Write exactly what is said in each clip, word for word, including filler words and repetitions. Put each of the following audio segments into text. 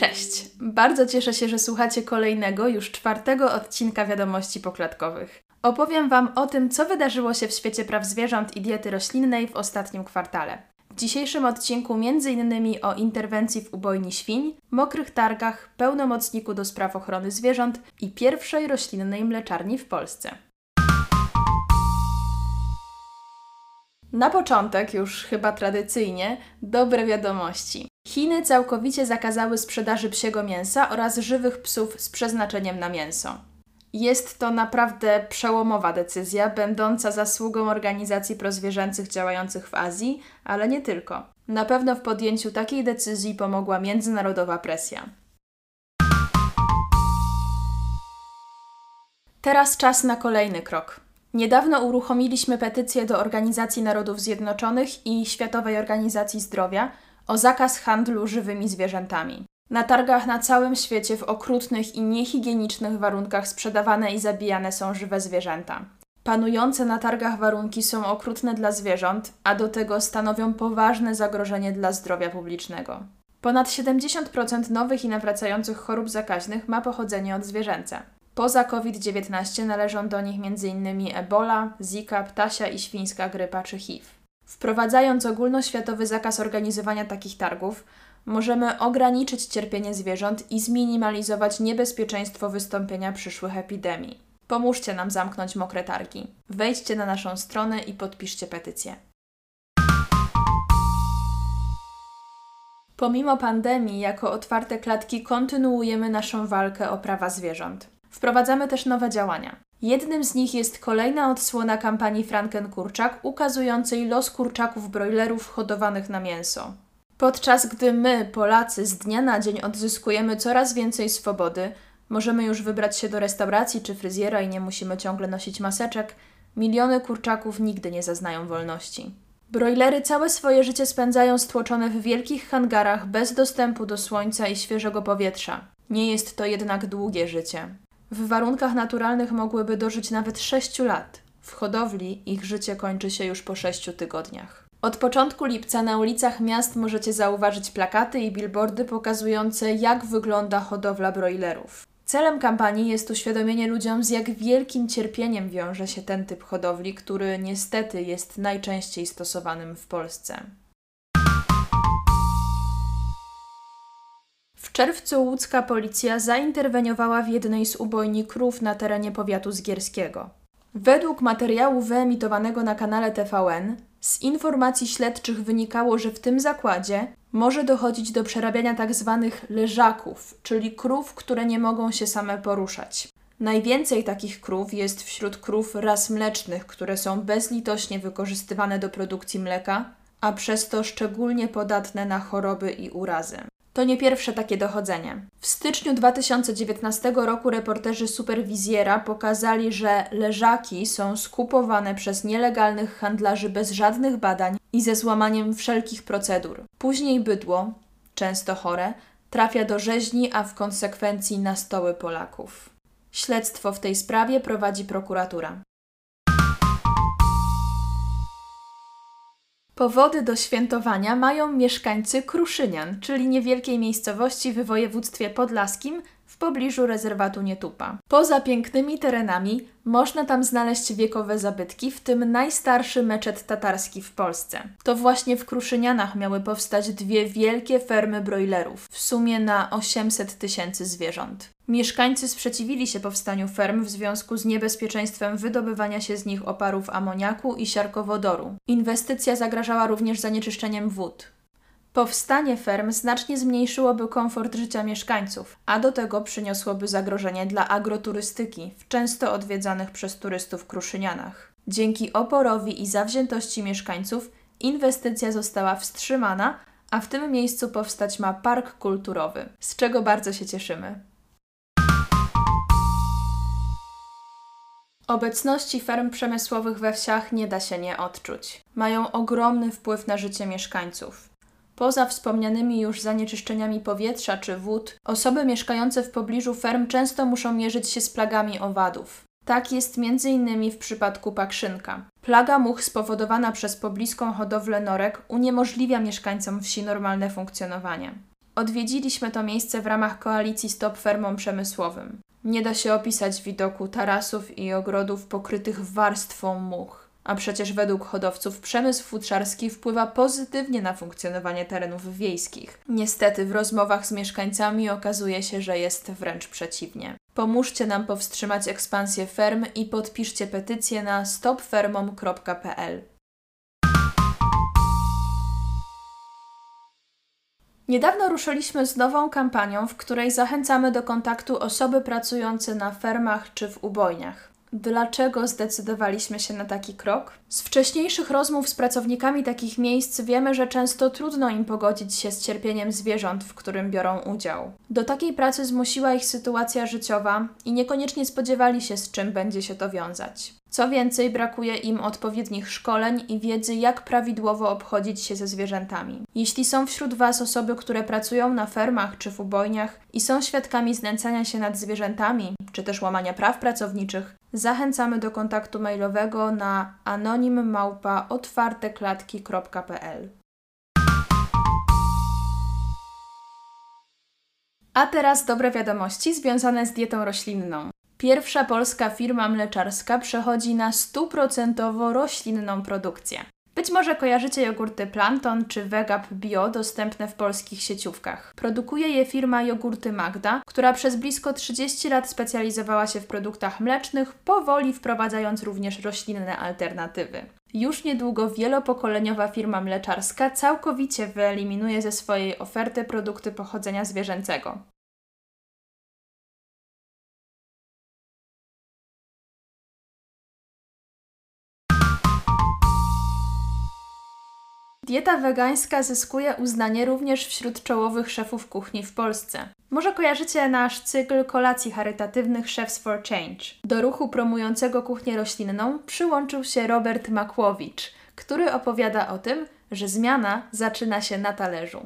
Cześć! Bardzo cieszę się, że słuchacie kolejnego, już czwartego odcinka Wiadomości Poklatkowych. Opowiem Wam o tym, co wydarzyło się w świecie praw zwierząt i diety roślinnej w ostatnim kwartale. W dzisiejszym odcinku między innymi o interwencji w ubojni świń, mokrych targach, pełnomocniku do spraw ochrony zwierząt i pierwszej roślinnej mleczarni w Polsce. Na początek, już chyba tradycyjnie, dobre wiadomości. Chiny całkowicie zakazały sprzedaży psiego mięsa oraz żywych psów z przeznaczeniem na mięso. Jest to naprawdę przełomowa decyzja, będąca zasługą organizacji prozwierzęcych działających w Azji, ale nie tylko. Na pewno w podjęciu takiej decyzji pomogła międzynarodowa presja. Teraz czas na kolejny krok. Niedawno uruchomiliśmy petycję do Organizacji Narodów Zjednoczonych i Światowej Organizacji Zdrowia o zakaz handlu żywymi zwierzętami. Na targach na całym świecie w okrutnych i niehigienicznych warunkach sprzedawane i zabijane są żywe zwierzęta. Panujące na targach warunki są okrutne dla zwierząt, a do tego stanowią poważne zagrożenie dla zdrowia publicznego. Ponad siedemdziesiąt procent nowych i nawracających chorób zakaźnych ma pochodzenie od zwierzęcia. Poza COVID dziewiętnaście należą do nich między innymi Ebola, Zika, ptasia i świńska grypa czy H I V. Wprowadzając ogólnoświatowy zakaz organizowania takich targów, możemy ograniczyć cierpienie zwierząt i zminimalizować niebezpieczeństwo wystąpienia przyszłych epidemii. Pomóżcie nam zamknąć mokre targi. Wejdźcie na naszą stronę i podpiszcie petycję. Pomimo pandemii, jako otwarte klatki kontynuujemy naszą walkę o prawa zwierząt. Wprowadzamy też nowe działania. Jednym z nich jest kolejna odsłona kampanii Franken-Kurczak, ukazującej los kurczaków brojlerów hodowanych na mięso. Podczas gdy my, Polacy, z dnia na dzień odzyskujemy coraz więcej swobody, możemy już wybrać się do restauracji czy fryzjera i nie musimy ciągle nosić maseczek, miliony kurczaków nigdy nie zaznają wolności. Brojlery całe swoje życie spędzają stłoczone w wielkich hangarach bez dostępu do słońca i świeżego powietrza. Nie jest to jednak długie życie. W warunkach naturalnych mogłyby dożyć nawet sześciu lat. W hodowli ich życie kończy się już po sześciu tygodniach. Od początku lipca na ulicach miast możecie zauważyć plakaty i billboardy pokazujące, jak wygląda hodowla brojlerów. Celem kampanii jest uświadomienie ludziom, z jak wielkim cierpieniem wiąże się ten typ hodowli, który niestety jest najczęściej stosowanym w Polsce. W czerwcu łódzka policja zainterweniowała w jednej z ubojni krów na terenie powiatu zgierskiego. Według materiału wyemitowanego na kanale T V N z informacji śledczych wynikało, że w tym zakładzie może dochodzić do przerabiania tzw. leżaków, czyli krów, które nie mogą się same poruszać. Najwięcej takich krów jest wśród krów ras mlecznych, które są bezlitośnie wykorzystywane do produkcji mleka, a przez to szczególnie podatne na choroby i urazy. To nie pierwsze takie dochodzenie. W styczniu dwa tysiące dziewiętnastego roku reporterzy Superwizjera pokazali, że leżaki są skupowane przez nielegalnych handlarzy bez żadnych badań i ze złamaniem wszelkich procedur. Później bydło, często chore, trafia do rzeźni, a w konsekwencji na stoły Polaków. Śledztwo w tej sprawie prowadzi prokuratura. Powody do świętowania mają mieszkańcy Kruszynian, czyli niewielkiej miejscowości w województwie podlaskim w pobliżu rezerwatu Nietupa. Poza pięknymi terenami można tam znaleźć wiekowe zabytki, w tym najstarszy meczet tatarski w Polsce. To właśnie w Kruszynianach miały powstać dwie wielkie fermy brojlerów, w sumie na osiemset tysięcy zwierząt. Mieszkańcy sprzeciwili się powstaniu ferm w związku z niebezpieczeństwem wydobywania się z nich oparów amoniaku i siarkowodoru. Inwestycja zagrażała również zanieczyszczeniem wód. Powstanie ferm znacznie zmniejszyłoby komfort życia mieszkańców, a do tego przyniosłoby zagrożenie dla agroturystyki w często odwiedzanych przez turystów Kruszynianach. Dzięki oporowi i zawziętości mieszkańców inwestycja została wstrzymana, a w tym miejscu powstać ma park kulturowy, z czego bardzo się cieszymy. Obecności ferm przemysłowych we wsiach nie da się nie odczuć. Mają ogromny wpływ na życie mieszkańców. Poza wspomnianymi już zanieczyszczeniami powietrza czy wód, osoby mieszkające w pobliżu ferm często muszą mierzyć się z plagami owadów. Tak jest między innymi w przypadku pakrzynka. Plaga much spowodowana przez pobliską hodowlę norek uniemożliwia mieszkańcom wsi normalne funkcjonowanie. Odwiedziliśmy to miejsce w ramach koalicji Stop Fermom Przemysłowym. Nie da się opisać widoku tarasów i ogrodów pokrytych warstwą much. A przecież według hodowców przemysł futrzarski wpływa pozytywnie na funkcjonowanie terenów wiejskich. Niestety w rozmowach z mieszkańcami okazuje się, że jest wręcz przeciwnie. Pomóżcie nam powstrzymać ekspansję ferm i podpiszcie petycję na stop fermom kropka p l. Niedawno ruszyliśmy z nową kampanią, w której zachęcamy do kontaktu osoby pracujące na fermach czy w ubojniach. Dlaczego zdecydowaliśmy się na taki krok? Z wcześniejszych rozmów z pracownikami takich miejsc wiemy, że często trudno im pogodzić się z cierpieniem zwierząt, w którym biorą udział. Do takiej pracy zmusiła ich sytuacja życiowa i niekoniecznie spodziewali się, z czym będzie się to wiązać. Co więcej, brakuje im odpowiednich szkoleń i wiedzy, jak prawidłowo obchodzić się ze zwierzętami. Jeśli są wśród Was osoby, które pracują na fermach czy w ubojniach i są świadkami znęcania się nad zwierzętami, czy też łamania praw pracowniczych, zachęcamy do kontaktu mailowego na anonim małpa otwarte klatki kropka p l. A teraz dobre wiadomości związane z dietą roślinną. Pierwsza polska firma mleczarska przechodzi na stuprocentowo roślinną produkcję. Być może kojarzycie jogurty Planton czy Vegap Bio dostępne w polskich sieciówkach. Produkuje je firma Jogurty Magda, która przez blisko trzydzieści lat specjalizowała się w produktach mlecznych, powoli wprowadzając również roślinne alternatywy. Już niedługo wielopokoleniowa firma mleczarska całkowicie wyeliminuje ze swojej oferty produkty pochodzenia zwierzęcego. Dieta wegańska zyskuje uznanie również wśród czołowych szefów kuchni w Polsce. Może kojarzycie nasz cykl kolacji charytatywnych Chefs for Change. Do ruchu promującego kuchnię roślinną przyłączył się Robert Makłowicz, który opowiada o tym, że zmiana zaczyna się na talerzu.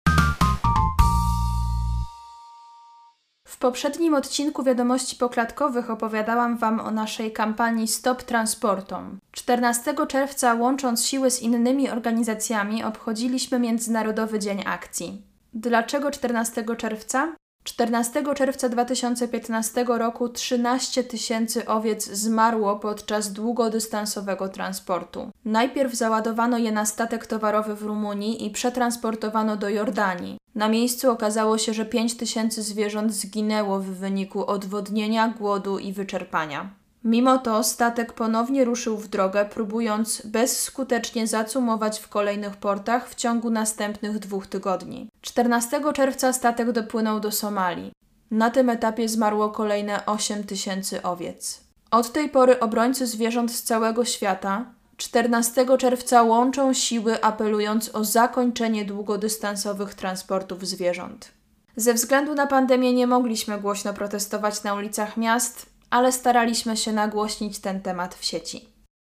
W poprzednim odcinku Wiadomości Poklatkowych opowiadałam Wam o naszej kampanii Stop Transportom. czternastego czerwca, łącząc siły z innymi organizacjami, obchodziliśmy Międzynarodowy Dzień Akcji. Dlaczego czternastego czerwca? czternastego czerwca dwa tysiące piętnastego roku trzynaście tysięcy owiec zmarło podczas długodystansowego transportu. Najpierw załadowano je na statek towarowy w Rumunii i przetransportowano do Jordanii. Na miejscu okazało się, że pięć tysięcy zwierząt zginęło w wyniku odwodnienia, głodu i wyczerpania. Mimo to statek ponownie ruszył w drogę, próbując bezskutecznie zacumować w kolejnych portach w ciągu następnych dwóch tygodni. czternastego czerwca statek dopłynął do Somalii. Na tym etapie zmarło kolejne osiem tysięcy owiec. Od tej pory obrońcy zwierząt z całego świata czternastego czerwca łączą siły, apelując o zakończenie długodystansowych transportów zwierząt. Ze względu na pandemię nie mogliśmy głośno protestować na ulicach miast, ale staraliśmy się nagłośnić ten temat w sieci.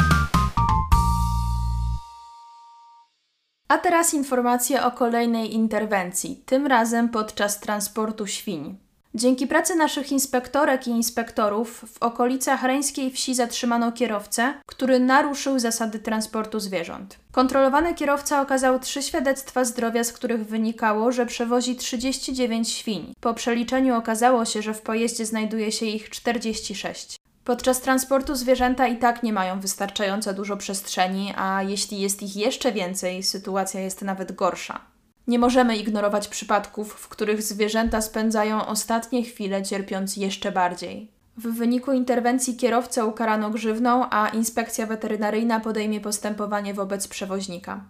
A teraz informacje o kolejnej interwencji, tym razem podczas transportu świń. Dzięki pracy naszych inspektorek i inspektorów w okolicach Reńskiej Wsi zatrzymano kierowcę, który naruszył zasady transportu zwierząt. Kontrolowany kierowca okazał trzy świadectwa zdrowia, z których wynikało, że przewozi trzydzieści dziewięć świń. Po przeliczeniu okazało się, że w pojeździe znajduje się ich czterdzieści sześć. Podczas transportu zwierzęta i tak nie mają wystarczająco dużo przestrzeni, a jeśli jest ich jeszcze więcej, sytuacja jest nawet gorsza. Nie możemy ignorować przypadków, w których zwierzęta spędzają ostatnie chwile, cierpiąc jeszcze bardziej. W wyniku interwencji kierowcę ukarano grzywną, a inspekcja weterynaryjna podejmie postępowanie wobec przewoźnika.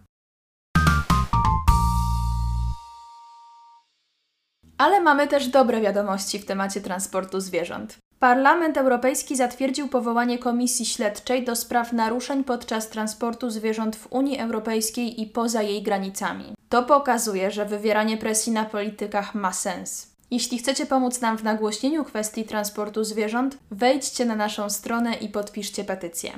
Ale mamy też dobre wiadomości w temacie transportu zwierząt. Parlament Europejski zatwierdził powołanie komisji śledczej do spraw naruszeń podczas transportu zwierząt w Unii Europejskiej i poza jej granicami. To pokazuje, że wywieranie presji na politykach ma sens. Jeśli chcecie pomóc nam w nagłośnieniu kwestii transportu zwierząt, wejdźcie na naszą stronę i podpiszcie petycję.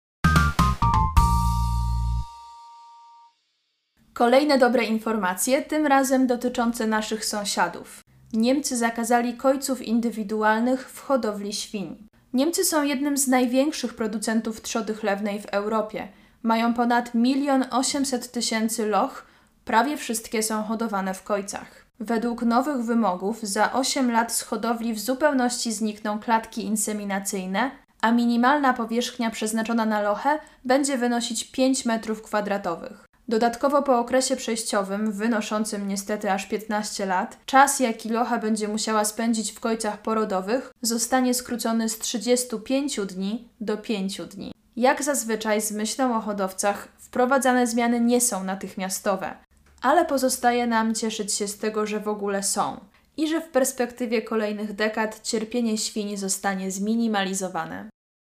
Kolejne dobre informacje, tym razem dotyczące naszych sąsiadów. Niemcy zakazali kojców indywidualnych w hodowli świń. Niemcy są jednym z największych producentów trzody chlewnej w Europie. Mają ponad milion osiemset tysięcy loch, prawie wszystkie są hodowane w kojcach. Według nowych wymogów za osiem lat z hodowli w zupełności znikną klatki inseminacyjne, a minimalna powierzchnia przeznaczona na lochę będzie wynosić pięć metrów kwadratowych. Dodatkowo po okresie przejściowym, wynoszącym niestety aż piętnaście lat, czas jaki locha będzie musiała spędzić w kojcach porodowych zostanie skrócony z trzydziestu pięciu dni do pięciu dni. Jak zazwyczaj z myślą o hodowcach, wprowadzane zmiany nie są natychmiastowe, ale pozostaje nam cieszyć się z tego, że w ogóle są i że w perspektywie kolejnych dekad cierpienie świń zostanie zminimalizowane.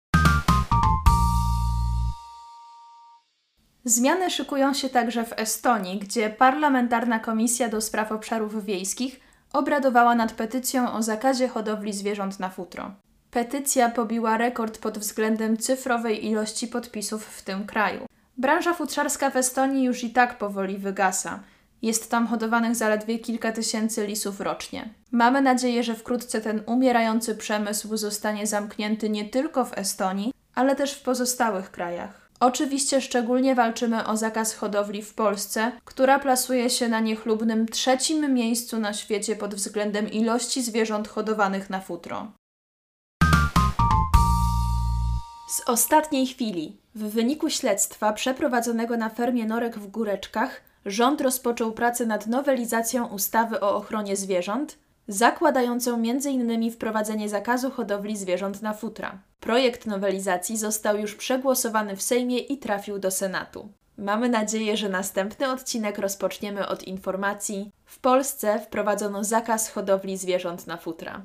Zmiany szykują się także w Estonii, gdzie Parlamentarna Komisja do Spraw Obszarów Wiejskich obradowała nad petycją o zakazie hodowli zwierząt na futro. Petycja pobiła rekord pod względem cyfrowej ilości podpisów w tym kraju. Branża futrzarska w Estonii już i tak powoli wygasa. Jest tam hodowanych zaledwie kilka tysięcy lisów rocznie. Mamy nadzieję, że wkrótce ten umierający przemysł zostanie zamknięty nie tylko w Estonii, ale też w pozostałych krajach. Oczywiście szczególnie walczymy o zakaz hodowli w Polsce, która plasuje się na niechlubnym trzecim miejscu na świecie pod względem ilości zwierząt hodowanych na futro. Z ostatniej chwili. W wyniku śledztwa przeprowadzonego na fermie norek w Góreczkach rząd rozpoczął pracę nad nowelizacją ustawy o ochronie zwierząt, zakładającą między innymi wprowadzenie zakazu hodowli zwierząt na futra. Projekt nowelizacji został już przegłosowany w Sejmie i trafił do Senatu. Mamy nadzieję, że następny odcinek rozpoczniemy od informacji: w Polsce wprowadzono zakaz hodowli zwierząt na futra.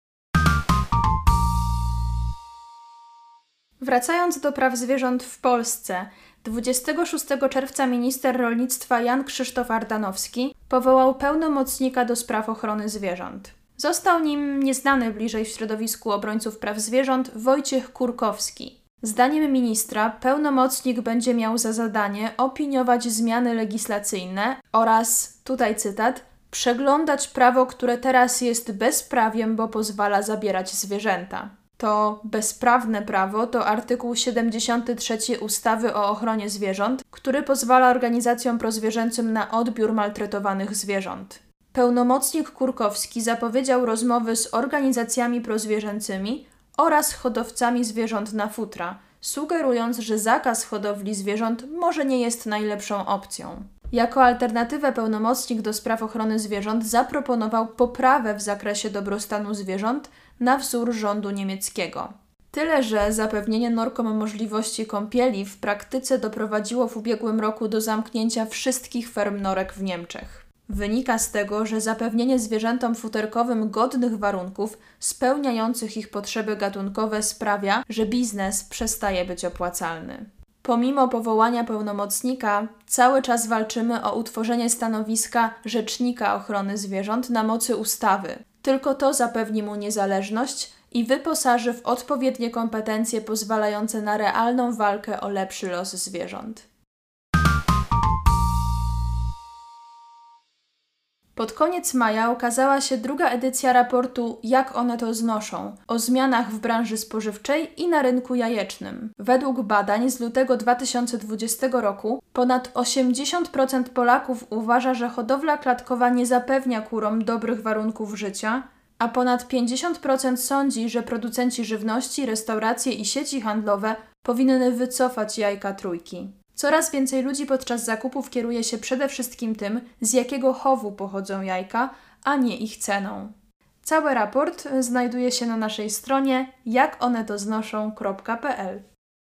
Wracając do praw zwierząt w Polsce, dwudziestego szóstego czerwca minister rolnictwa Jan Krzysztof Ardanowski powołał pełnomocnika do spraw ochrony zwierząt. Został nim nieznany bliżej w środowisku obrońców praw zwierząt Wojciech Kurkowski. Zdaniem ministra pełnomocnik będzie miał za zadanie opiniować zmiany legislacyjne oraz, tutaj cytat, przeglądać prawo, które teraz jest bezprawiem, bo pozwala zabierać zwierzęta. To bezprawne prawo to artykuł siedemdziesiąty trzeci ustawy o ochronie zwierząt, który pozwala organizacjom prozwierzęcym na odbiór maltretowanych zwierząt. Pełnomocnik Kurkowski zapowiedział rozmowy z organizacjami prozwierzęcymi oraz hodowcami zwierząt na futra, sugerując, że zakaz hodowli zwierząt może nie jest najlepszą opcją. Jako alternatywę pełnomocnik do spraw ochrony zwierząt zaproponował poprawę w zakresie dobrostanu zwierząt na wzór rządu niemieckiego. Tyle, że zapewnienie norkom możliwości kąpieli w praktyce doprowadziło w ubiegłym roku do zamknięcia wszystkich ferm norek w Niemczech. Wynika z tego, że zapewnienie zwierzętom futerkowym godnych warunków, spełniających ich potrzeby gatunkowe sprawia, że biznes przestaje być opłacalny. Pomimo powołania pełnomocnika, cały czas walczymy o utworzenie stanowiska Rzecznika Ochrony Zwierząt na mocy ustawy. Tylko to zapewni mu niezależność i wyposaży w odpowiednie kompetencje pozwalające na realną walkę o lepszy los zwierząt. Pod koniec maja ukazała się druga edycja raportu Jak one to znoszą o zmianach w branży spożywczej i na rynku jajecznym. Według badań z lutego dwa tysiące dwudziestego roku ponad osiemdziesiąt procent Polaków uważa, że hodowla klatkowa nie zapewnia kurom dobrych warunków życia, a ponad pięćdziesiąt procent sądzi, że producenci żywności, restauracje i sieci handlowe powinny wycofać jajka trójki. Coraz więcej ludzi podczas zakupów kieruje się przede wszystkim tym, z jakiego chowu pochodzą jajka, a nie ich ceną. Cały raport znajduje się na naszej stronie jak one to znoszą kropka p l.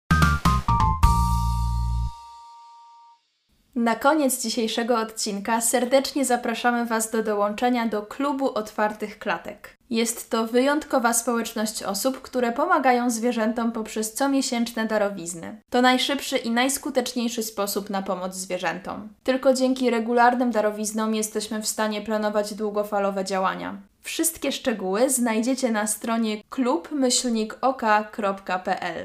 Na koniec dzisiejszego odcinka serdecznie zapraszamy Was do dołączenia do Klubu Otwartych Klatek. Jest to wyjątkowa społeczność osób, które pomagają zwierzętom poprzez comiesięczne darowizny. To najszybszy i najskuteczniejszy sposób na pomoc zwierzętom. Tylko dzięki regularnym darowiznom jesteśmy w stanie planować długofalowe działania. Wszystkie szczegóły znajdziecie na stronie klub myślnik o k kropka p l.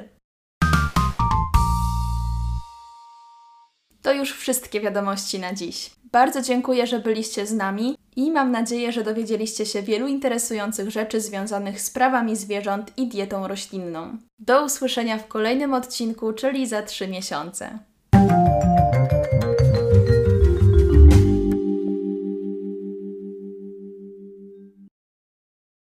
To już wszystkie wiadomości na dziś. Bardzo dziękuję, że byliście z nami i mam nadzieję, że dowiedzieliście się wielu interesujących rzeczy związanych z prawami zwierząt i dietą roślinną. Do usłyszenia w kolejnym odcinku, czyli za trzy miesiące.